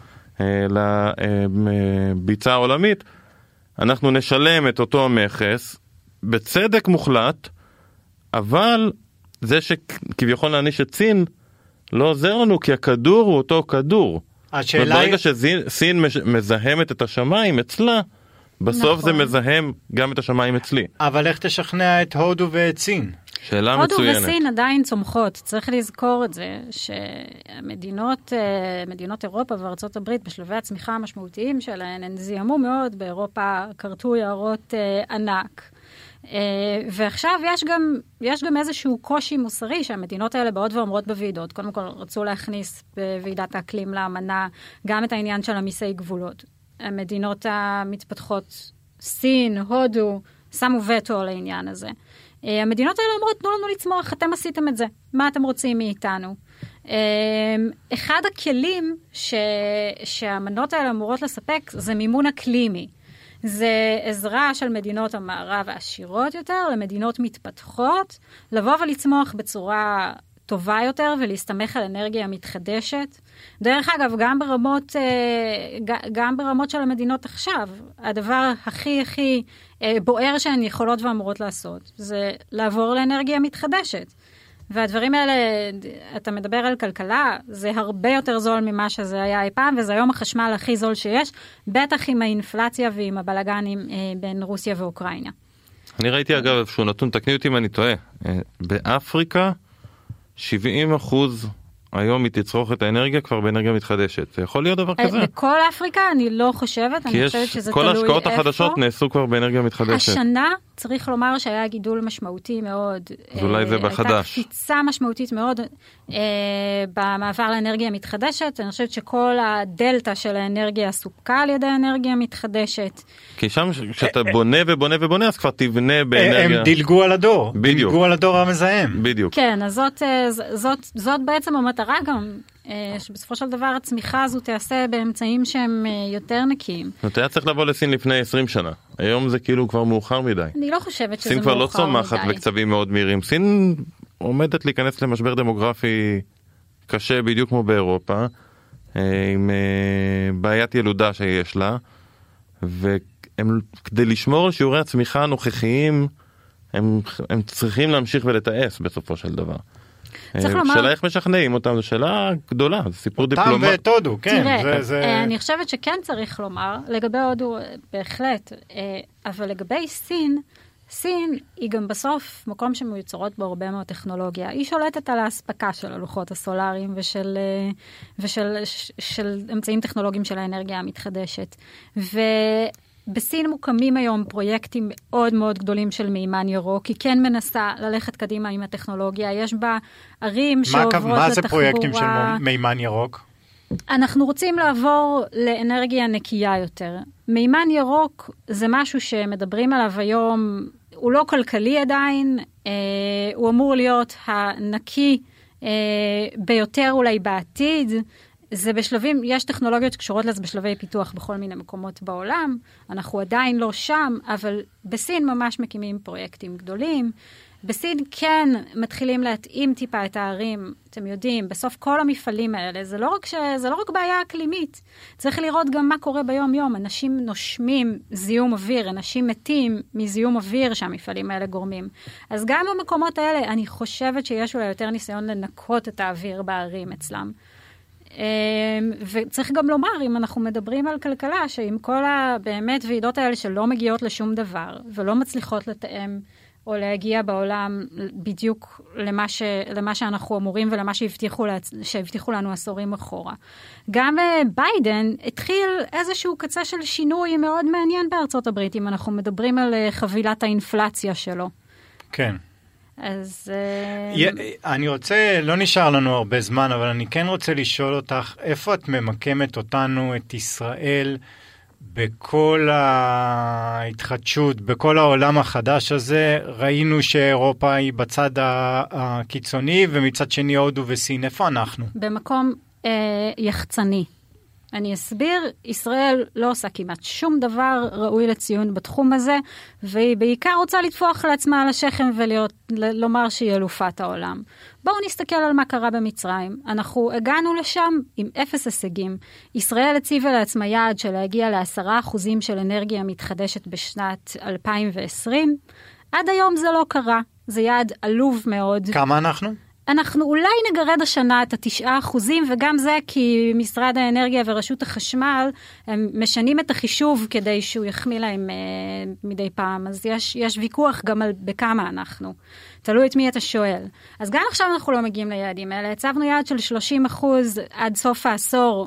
לביצה העולמית, אנחנו נשלם את אותו מכס בצדק מוחלט, אבל זה שכביכול להעניש את סין לא עוזר לנו, כי הכדור הוא אותו כדור. וברגע שסין מזהמת את השמיים אצלה, בסוף זה מזהם גם את השמיים אצלי. אבל איך תשכנע את הודו ואת סין? שאלה מצוינת. הודו וסין עדיין צומחות. צריך לזכור את זה שמדינות אירופה וארצות הברית בשלבי הצמיחה המשמעותיים שלהן, הן זיהמו מאוד. באירופה קרתו יערות ענק. ועכשיו יש גם איזשהו קושי מוסרי שהמדינות האלה באות ואומרות בוועידות. קודם כל רצו להכניס בוועידת האקלים לאמנה גם את העניין של המיסי גבולות. המדינות המתפתחות, סין, הודו, שמו וטו על העניין הזה. המדינות האלה אומרות, תנו לנו לצמוח, אתם עשיתם את זה. מה אתם רוצים מאיתנו? אחד הכלים שהאמנות האלה אמורות לספק זה מימון אקלימי. זה עזרה של מדינות המערב העשירות יותר למדינות מתפתחות, לבוא ולצמוח בצורה טובה יותר ולהסתמך על אנרגיה מתחדשת. דרך אגב, גם ברמות של המדינות עכשיו, הדבר הכי בוער שהן יכולות ואמורות לעשות, זה לעבור לאנרגיה מתחדשת. והדברים האלה, אתה מדבר על כלכלה, זה הרבה יותר זול ממה שזה היה אי פעם, וזה היום החשמל הכי זול שיש, בטח עם האינפלציה ועם הבלגנים בין רוסיה ואוקראינה. אני ראיתי אגב שהוא נתון, תקני אותי אם אני טועה, באפריקה 70% היום היא תצרוך את האנרגיה כבר באנרגיה מתחדשת. זה יכול להיות דבר כזה? בכל אפריקה אני לא חושבת, אני חושבת שזה תלוי איפה. כל ההשקעות החדשות נעשו כבר באנרגיה מתחדשת. השנה צריך לומר שהיה גידול משמעותי מאוד. אז אולי זה בחדש. הייתה קפיצה משמעותית מאוד במעבר לאנרגיה מתחדשת. אני חושבת שכל הדלטה של האנרגיה סופקה על ידי האנרגיה מתחדשת. כי שם כשאתה בונה ובונה ובונה, אז כבר תבנה באנרגיה. הם דילגו על הדור. בדיוק. דילגו על הדור המזהם. בדיוק. כן, אז זאת בעצם המטרה גם שבסופו של דבר הצמיחה הזו תעשה באמצעים שהם יותר נקיים. אתה היה צריך לבוא לסין לפני 20 שנה. היום זה כאילו כבר מאוחר מדי. אני לא חושבת שזה מאוחר מדי. סין כבר לא צומחת בקצבים מאוד מהירים. סין עומדת להיכנס למשבר דמוגרפי קשה בדיוק כמו באירופה, עם בעיית ילודה שיש לה, וכדי לשמור על שיעורי הצמיחה הנוכחיים, הם צריכים להמשיך ולתעש בסופו של דבר. שאלה איך משכנעים אותם, זו שאלה גדולה, זה סיפור דיפלומט. אותם ותודו, כן. תראה, אני חושבת שכן צריך לומר, לגבי הודו בהחלט, אבל לגבי סין, סין היא גם בסוף מקום שמיוצרות בו הרבה מאוד טכנולוגיה. היא שולטת על ההספקה של הלוחות הסולריים ושל אמצעים טכנולוגיים של האנרגיה המתחדשת. בסין מוקמים היום פרויקטים מאוד מאוד גדולים של מימן ירוק, היא כן מנסה ללכת קדימה עם הטכנולוגיה, יש בה ערים שעוברות לתחבורה. מה זה פרויקטים של מימן ירוק? אנחנו רוצים לעבור לאנרגיה נקייה יותר. מימן ירוק זה משהו שמדברים עליו היום, הוא לא כלכלי עדיין, הוא אמור להיות הנקי ביותר אולי בעתיד, זה בשלבים, יש טכנולוגיות שקשורות לזה בשלבי פיתוח בכל מיני מקומות בעולם, אנחנו עדיין לא שם, אבל בסין ממש מקימים פרויקטים גדולים, בסין כן מתחילים להתאים טיפה את הערים, אתם יודעים, בסוף כל המפעלים האלה, זה לא רק בעיה אקלימית, צריך לראות גם מה קורה ביום יום, אנשים נושמים זיהום אוויר, אנשים מתים מזיהום אוויר שהמפעלים האלה גורמים. אז גם במקומות האלה, אני חושבת שיש אולי יותר ניסיון לנקות את האוויר בערים אצלם. וצריך גם לומר, אם אנחנו מדברים על כלכלה, שעם כל באמת ועידות האלה שלא מגיעות לשום דבר, ולא מצליחות לתאם או להגיע בעולם בדיוק למה שאנחנו אמורים ולמה שהבטיחו לנו עשורים אחורה. גם ביידן התחיל איזשהו קצה של שינוי מאוד מעניין בארצות הברית, אם אנחנו מדברים על חבילת האינפלציה שלו. כן. אז אני רוצה, לא נשאר לנו הרבה זמן, אבל אני כן רוצה לשאול אותך, איפה את ממקמת אותנו, את ישראל, בכל ההתחדשות, בכל העולם החדש הזה? ראינו שאירופה היא בצד הקיצוני, ומצד שני הודו וסין, איפה אנחנו? במקום יחצני. אני אסביר, ישראל לא עושה כמעט שום דבר ראוי לציון בתחום הזה, והיא בעיקר רוצה לטפוח לעצמה על השכם ולומר שהיא אלופת העולם. בואו נסתכל על מה קרה במצרים. אנחנו הגענו לשם עם 0 הישגים. ישראל הציבה לעצמה יעד של להגיע ל10% של אנרגיה מתחדשת בשנת 2020. עד היום זה לא קרה. זה יעד עלוב מאוד. כמה אנחנו? אנחנו אולי נגרד השנה את 9%, וגם זה כי משרד האנרגיה ורשות החשמל, הם משנים את החישוב כדי שהוא יחמיא להם מדי פעם. אז יש ויכוח גם על בכמה אנחנו. תלוי את מי אתה שואל. אז גם עכשיו אנחנו לא מגיעים ליעדים האלה. הצבנו יעד של 30% עד סוף העשור.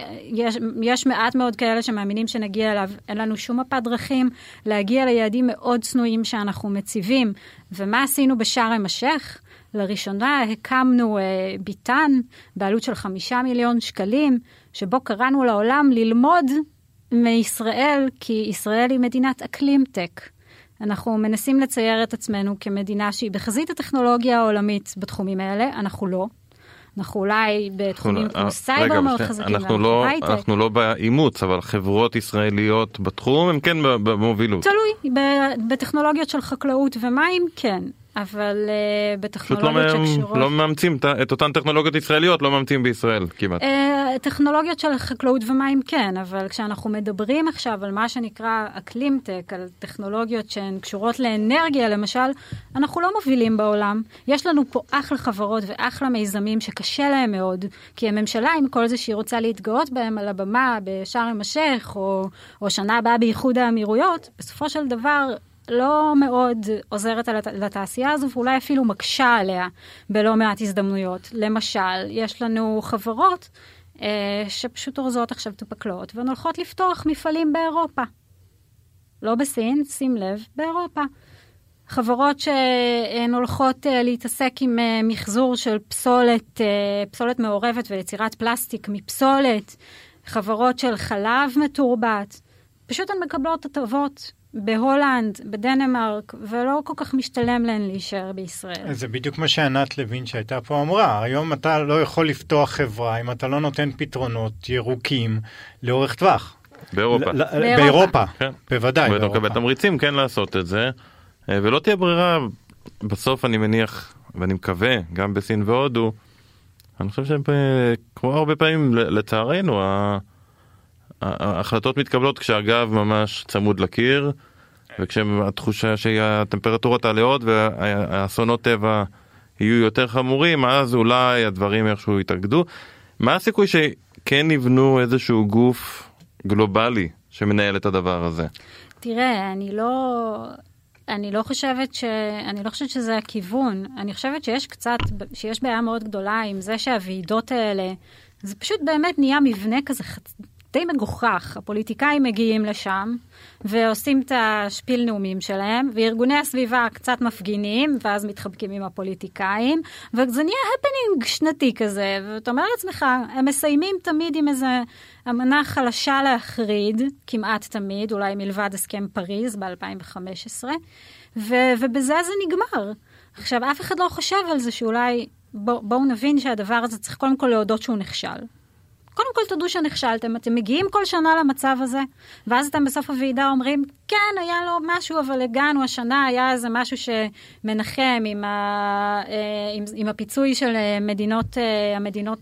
יש מעט מאוד כאלה שמאמינים שנגיע אליו. אין לנו שום מפת דרכים להגיע ליעדים מאוד צנועים שאנחנו מציבים. ומה עשינו בשארם א-שייח? לראשונה הקמנו ביתן בעלות של 5 מיליון שקלים, שבו קראנו לעולם ללמוד מישראל, כי ישראל היא מדינת אקלימטק. אנחנו מנסים לצייר את עצמנו כמדינה שהיא בחזית הטכנולוגיה העולמית בתחומים האלה, אנחנו לא. אנחנו אולי בתחומים כמו סייבר מאוד חזקים. אנחנו לא באימוץ, אבל חברות ישראליות בתחום הם כן במובילות. תלוי, בטכנולוגיות של חקלאות ומים כן. אבל בטכנולוגיות שקשורות... לא מאמצים את אותן טכנולוגיות ישראליות, לא מאמצים בישראל כמעט. טכנולוגיות של חקלאות ומים כן, אבל כשאנחנו מדברים עכשיו על מה שנקרא אקלימטק, על טכנולוגיות שהן קשורות לאנרגיה למשל, אנחנו לא מובילים בעולם. יש לנו פה אחלה חברות ואחלה מיזמים שקשה להם מאוד, כי הממשלה עם כל זה שהיא רוצה להתגאות בהם על הבמה בשארם א-שייח, או שנה הבאה באיחוד האמירויות, בסופו של דבר... לא מאוד עוזרת לתעשייה הזו, ואולי אפילו מקשה עליה בלא מעט הזדמנויות. למשל, יש לנו חברות שפשוט אורזות עכשיו טופקלות, והן הולכות לפתוח מפעלים באירופה. לא בסין, שים לב, באירופה. חברות שהן הולכות להתעסק עם מחזור של פסולת מעורבת ויצירת פלסטיק מפסולת, חברות של חלב מתורבת, פשוט הן מקבלות הטבות בהולנד, בדנמרק, ולא כל כך משתלם להן להישאר בישראל. זה בדיוק מה שענת לוין שהייתה פה אמרה. היום אתה לא יכול לפתוח חברה אם אתה לא נותן פתרונות ירוקים לאורך טווח. באירופה. באירופה, בוודאי. ואתה מקבל תמריצים כן לעשות את זה, ולא תהיה ברירה, בסוף אני מניח, ואני מקווה, גם בסין והודו, אני חושב שכמו הרבה פעמים, לצערנו, ההחלטות מתקבלות כשהגב ממש צמוד לקיר, וכשהתחושה שהטמפרטורה תעלה עוד והאסונות טבע יהיו יותר חמורים, אז אולי הדברים איכשהו יתאגדו. מה הסיכוי שכן יבנו איזשהו גוף גלובלי שמנהל את הדבר הזה? תראה, אני לא חושבת שזה הכיוון. אני חושבת שיש בעיה מאוד גדולה עם זה שהוועידות האלה, זה פשוט באמת נהיה מבנה כזה די מגוחך. הפוליטיקאים מגיעים לשם ועושים את השפיל נאומים שלהם, וארגוני הסביבה קצת מפגינים, ואז מתחבקים עם הפוליטיקאים, וזה נהיה הפנינג שנתי כזה, ואתה אומר לעצמך, הם מסיימים תמיד עם איזה אמנה חלשה להחריד, כמעט תמיד, אולי מלבד הסכם פריז ב-2015, ובזה זה נגמר. עכשיו, אף אחד לא חושב על זה שאולי, בואו נבין שהדבר הזה צריך קודם כל להודות שהוא נכשל. קודם כל תדעו שנכשלתם, אתם מגיעים כל שנה למצב הזה, ואז אתם בסוף הוועידה אומרים, כן, היה לו משהו, אבל הגענו השנה, היה איזה משהו שמנחם עם הפיצוי של המדינות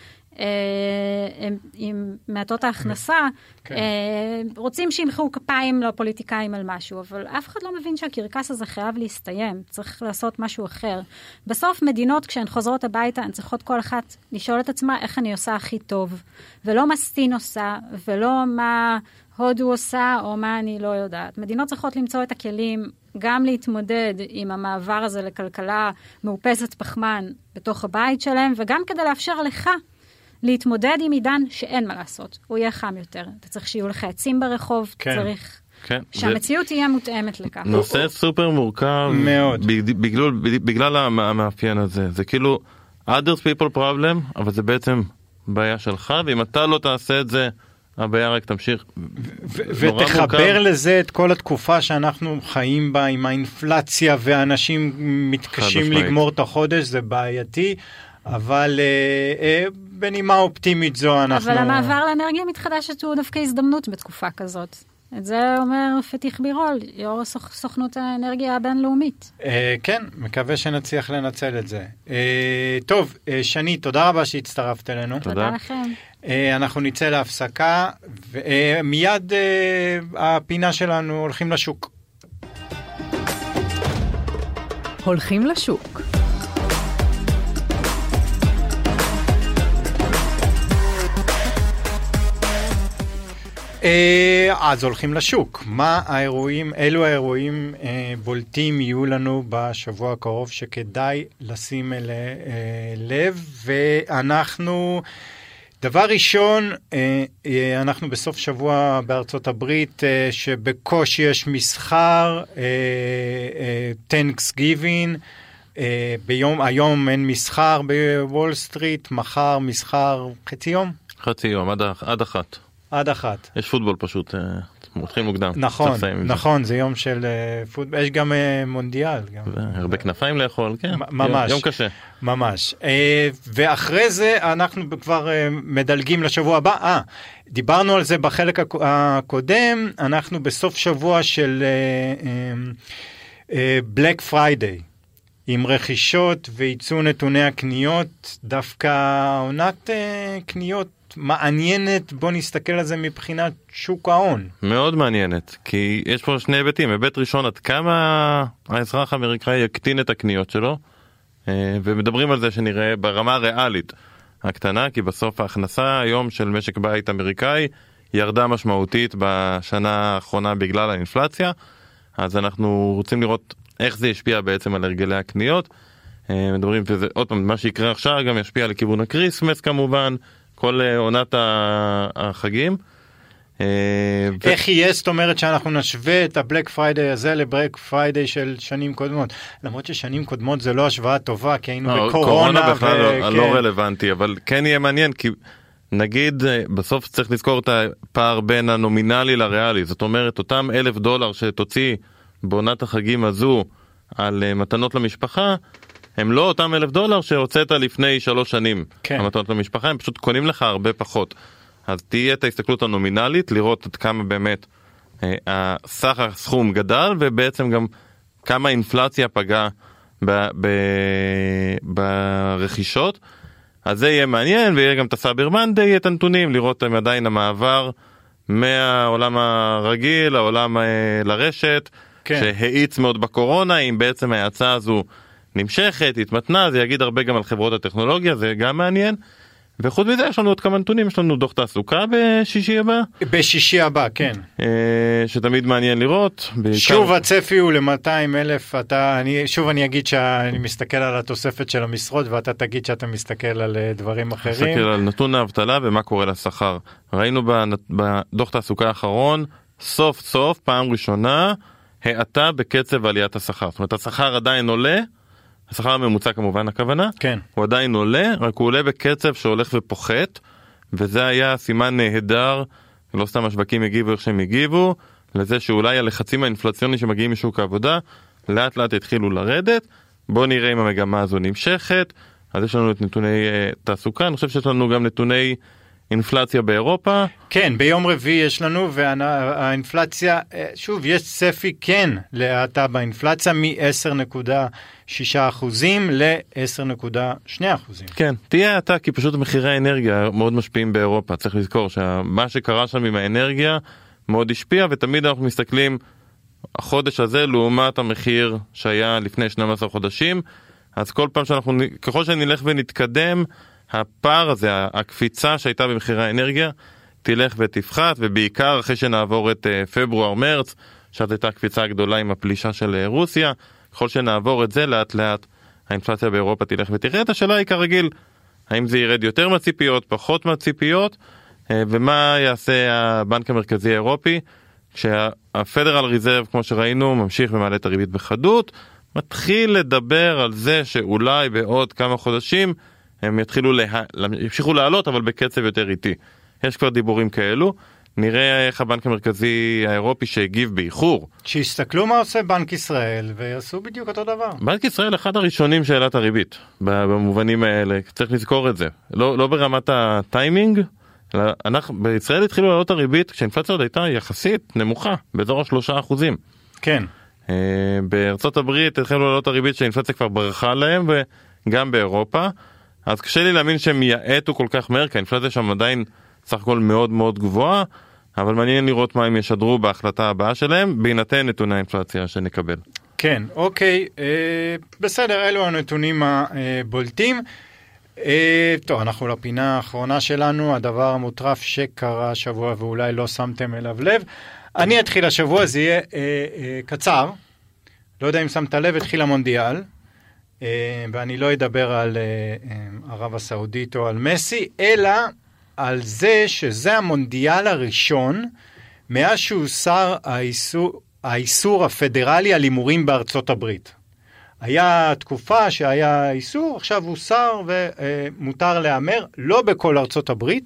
עם מעטות ההכנסה, רוצים שימחאו כפיים לפוליטיקאים על משהו, אבל אף אחד לא מבין שהקרקס הזה חייב להסתיים, צריך לעשות משהו אחר. בסוף מדינות, כשהן חוזרות הביתה, הן צריכות כל אחת לשאול את עצמה איך אני עושה הכי טוב, ולא מה סין עושה, ולא מה הודו עושה, או מה אני לא יודעת. מדינות צריכות למצוא את הכלים, גם להתמודד עם המעבר הזה לכלכלה מאופסת פחמן בתוך הבית שלהם, וגם כדי לאפשר לך להתמודד עם עידן שאין מה לעשות. הוא יהיה חם יותר. אתה צריך שיהיו לך עצים ברחוב, צריך שהמציאות תהיה מותאמת לכך. נושא סופר מורכב מאוד. בגלל המאפיין הזה. זה כאילו others people problem, אבל זה בעצם בעיה שלך, ואם אתה לא תעשה את זה, הבעיה רק תמשיך. ותחבר לזה את כל התקופה שאנחנו חיים בה עם האינפלציה, ואנשים מתקשים לגמור את החודש, זה בעייתי. אבל בנימה אופטימית זו אנחנו... אבל המעבר לאנרגיה מתחדשת הוא דווקא הזדמנות בתקופה כזאת. את זה אומר פתיח בירול, יו"ר סוכנות האנרגיה הבינלאומית. כן, מקווה שנצליח לנצל את זה. טוב, שני, תודה רבה שהצטרפת אלינו. תודה לכם. אנחנו נצא להפסקה, ומיד הפינה שלנו הולכים לשוק. הולכים לשוק. אז הולכים לשוק. אילו האירועים בולטים יהיו לנו בשבוע הקרוב שכדאי לשים לב, ואנחנו, דבר ראשון, אנחנו בסוף שבוע בארצות הברית, שבקושי יש מסחר, Thanksgiving, היום אין מסחר בוול סטריט, מחר מסחר חצי יום? חצי יום, עד אחת. עד אחת. יש פוטבול פשוט, מתחיל מוקדם. נכון, זה יום של פוטבול, יש גם מונדיאל. הרבה כנפיים לאכול, כן. ממש. יום קשה. ממש. ואחרי זה אנחנו כבר מדלגים לשבוע הבא. דיברנו על זה בחלק הקודם, אנחנו בסוף שבוע של בלק פריידיי, עם רכישות וייצוא נתוני הקניות, דווקא עונת קניות מעניינת, בוא נסתכל על זה מבחינת שוק ההון. מאוד מעניינת, כי יש פה שני היבטים. היבט ראשון, עד כמה האזרח האמריקאי יקטין את הקניות שלו, ומדברים על זה שנראה ברמה הריאלית הקטנה, כי בסוף ההכנסה היום של משק בית אמריקאי ירדה משמעותית בשנה האחרונה בגלל האינפלציה, אז אנחנו רוצים לראות איך זה ישפיע בעצם על הרגלי הקניות. מדברים שזה, עוד פעם, מה שיקרה עכשיו גם ישפיע על כיוון הקריסמס כמובן, כל עונת החגים. איך יהיה, זאת אומרת שאנחנו נשווה את הבלק פריידיי הזה לבלק פריידיי של שנים קודמות, למרות ששנים קודמות זה לא השוואה טובה, כי היינו בקורונה. קורונה בכלל לא רלוונטי, אבל כן יהיה מעניין, כי נגיד, בסוף צריך לזכור את הפער בין הנומינלי לריאלי, זאת אומרת, אותם $1,000 שתוציא בעונת החגים הזו על מתנות למשפחה, הם לא אותם $1,000 שהוצאת לפני 3 שנים, כן. המתנות למשפחה, הם פשוט קונים לך הרבה פחות. אז תהיה את ההסתכלות הנומינלית, לראות עד כמה באמת סך הסכום גדל, ובעצם גם כמה אינפלציה פגעה ברכישות. אז זה יהיה מעניין, ויהיה גם את הסאבר מנדי, את הנתונים, לראות אם עדיין המעבר מהעולם הרגיל, העולם לרשת, כן. שהאיץ מאוד בקורונה, אם בעצם ההצעה הזו נמשכת, התמתנה, זה יגיד הרבה גם על חברות הטכנולוגיה, זה גם מעניין. וחוץ מזה יש לנו עוד כמה נתונים, יש לנו דוח תעסוקה בשישי הבא. בשישי הבא, כן. שתמיד מעניין לראות. שוב הצפי הוא ל-200,000, שוב אני אגיד שאני מסתכל על התוספת של המשרות, ואתה תגיד שאתה מסתכל על דברים אחרים. מסתכל על נתון האבטלה ומה קורה לשכר. ראינו בדוח תעסוקה האחרון, סוף סוף, פעם ראשונה, האטה בקצב עליית השכר. זאת אומרת, השכר עדיין עולה, השכר הממוצע כמובן הכוונה, כן. הוא עדיין עולה, רק הוא עולה בקצב שהולך ופוחת, וזה היה סימן נהדר, לא סתם השווקים הגיבו איך שהם הגיבו, לזה שאולי הלחצים האינפלציוניים שמגיעים משוק העבודה, לאט לאט התחילו לרדת. בואו נראה אם המגמה הזו נמשכת. אז יש לנו את נתוני תעסוקה, אני חושב שיש לנו גם נתוני אינפלציה באירופה. כן, ביום רביעי יש לנו, והאינפלציה, שוב, יש צפי כן להאטה באינפלציה מ-10.6% ל-10.2%. כן, תהיה האטה כי פשוט מחירי האנרגיה מאוד משפיעים באירופה. צריך לזכור שמה שקרה שם עם האנרגיה מאוד השפיע, ותמיד אנחנו מסתכלים החודש הזה לעומת המחיר שהיה לפני 12 חודשים. אז כל פעם שאנחנו, ככל שנלך ונתקדם, הפער הזה, הקפיצה שהייתה במחירי האנרגיה, תלך ותפחת, ובעיקר אחרי שנעבור את פברואר-מרץ, שאז הייתה קפיצה גדולה עם הפלישה של רוסיה, ככל שנעבור את זה, לאט לאט האינפלציה באירופה תלך ותרד. השאלה היא כרגיל, האם זה ירד יותר מהציפיות, פחות מהציפיות, ומה יעשה הבנק המרכזי האירופי, כשהפדרל ריזרב, כמו שראינו, ממשיך ומעלה את הריבית בחדות, מתחיל לדבר על זה שאולי בעוד כמה חודשים, הם ימשיכו לעלות, אבל בקצב יותר איטי. יש כבר דיבורים כאלו. נראה איך הבנק המרכזי האירופי שהגיב באיחור. שיסתכלו מה עושה בנק ישראל, ויעשו בדיוק אותו דבר. בנק ישראל אחד הראשונים שהעלה את הריבית, במובנים האלה. צריך לזכור את זה. לא ברמת הטיימינג, בישראל התחילו לעלות הריבית, כשאינפלציה עוד הייתה יחסית נמוכה, באזור 3%. כן. בארצות הברית התחילו לעלות הריבית, שהאינפלציה כבר ברחה להם, וגם באירופה. אז קשה לי להאמין שהם יעטו כל כך מהר, כי האינפלציה שם עדיין סך הכל מאוד מאוד גבוהה, אבל מעניין לראות מה הם ישדרו בהחלטה הבאה שלהם, בהינתן נתוני האינפלציה שנקבל. כן, אוקיי, בסדר, אלו הנתונים הבולטים. טוב, אנחנו לפינה האחרונה שלנו, הדבר המוטרף שקרה השבוע ואולי לא שמתם אליו לב. אני אתחיל השבוע, זה יהיה קצר, לא יודע אם שמת לב, התחיל המונדיאל, ואני לא אדבר על ערב הסעודית או על מסי, אלא על זה שזה המונדיאל הראשון, מאז שהוסר האיסור הפדרלי על הימורים בארצות הברית. היה תקופה שהיה איסור, עכשיו הוסר ומותר להמר, לא בכל ארצות הברית.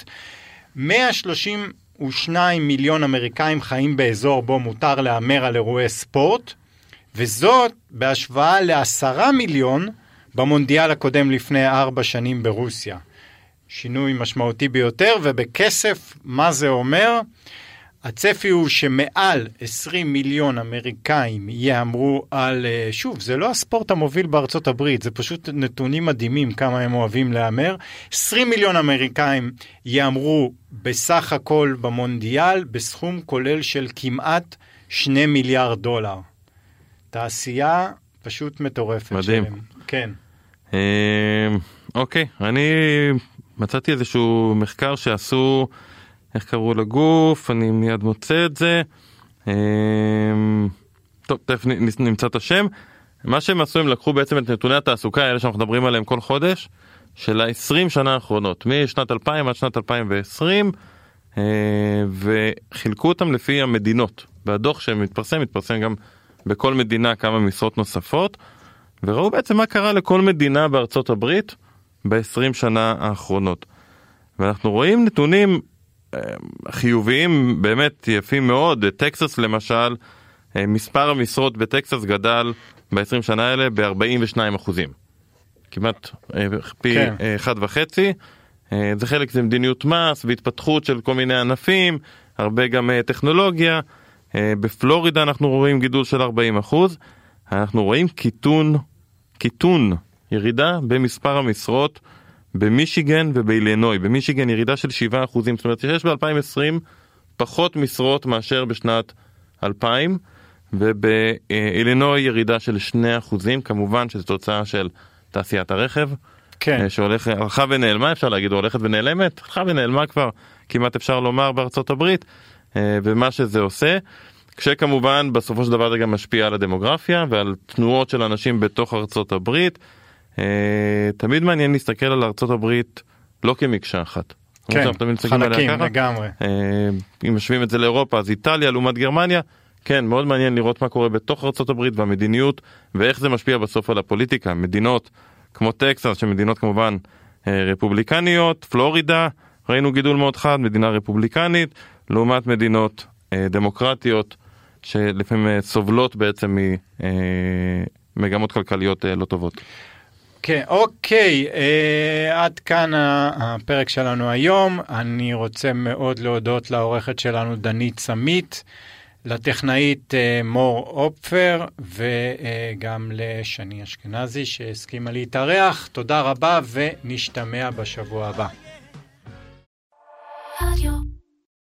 132 מיליון אמריקאים חיים באזור בו מותר להמר על אירועי ספורט, וזאת בהשוואה ל10 מיליון במונדיאל הקודם לפני 4 שנים ברוסיה. שינוי משמעותי ביותר, ובכסף מה זה אומר? הצפי הוא שמעל 20 מיליון אמריקאים יאמרו על, שוב, זה לא הספורט המוביל בארצות הברית, זה פשוט נתונים מדהימים כמה הם אוהבים להמר. 20 מיליון אמריקאים יאמרו בסך הכל במונדיאל, בסכום כולל של כמעט 2 מיליארד דולר. תעשייה פשוט מטורפת. מדהים. שלהם. כן. אוקיי, אני מצאתי איזשהו מחקר שעשו, איך קראו לגוף, אני מיד מוצא את זה. טוב, תכף נמצא את השם. מה שהם עשו, הם לקחו בעצם את נתוני התעסוקה, האלה שאנחנו מדברים עליהם כל חודש, של ה-20 שנה האחרונות, משנת 2000 עד שנת 2020, וחילקו אותם לפי המדינות. והדוח שמתפרסם, מתפרסם גם בכל מדינה כמה משרות נוספות, וראו בעצם מה קרה לכל מדינה בארצות הברית ב-20 שנה האחרונות. ואנחנו רואים נתונים חיוביים באמת יפים מאוד. טקסס למשל, מספר המשרות בטקסס גדל ב-20 שנה האלה ב-42%. כמעט פי 1.5. זה חלק זה מדיניות מס והתפתחות של כל מיני ענפים, הרבה גם טכנולוגיה. בפלורידה אנחנו רואים גידול של 40%. אנחנו רואים קיטון, ירידה במספר המשרות במישיגן ובאילינוי. במישיגן ירידה של 7%, זאת אומרת שיש ב-2020 פחות משרות מאשר בשנת 2000, ובאילינוי ירידה של 2%, כמובן שזו תוצאה של תעשיית הרכב, הלכה ונעלמה, אפשר להגיד, או הולכת ונעלמת, הלכה ונעלמה כבר, כמעט אפשר לומר בארצות הברית, ומה שזה עושה, כשכמובן בסופו של דבר זה גם משפיע על הדמוגרפיה ועל תנועות של אנשים בתוך ארצות הברית. תמיד מעניין להסתכל על ארצות הברית לא כמקשה אחת. כן, חלקים לגמרי. אם משווים את זה לאירופה, אז איטליה לעומת גרמניה, כן, מאוד מעניין לראות מה קורה בתוך ארצות הברית והמדיניות, ואיך זה משפיע בסוף על הפוליטיקה. מדינות כמו טקסס, שמדינות כמובן רפובליקניות, פלורידה, ראינו גידול מאוד חד, מדינה רפובליקנית, לעומת מדינות דמוקרטיות, שלפעמים סובלות בעצם ממגמות כלכליות לא טובות. כן, אוקיי, עד כאן הפרק שלנו היום. אני רוצה מאוד להודות לעורכת שלנו דנית סמית, לטכנאית מור אופפר, וגם לשני אשכנזי שהסכימה להתארח. תודה רבה ונשתמע בשבוע הבא.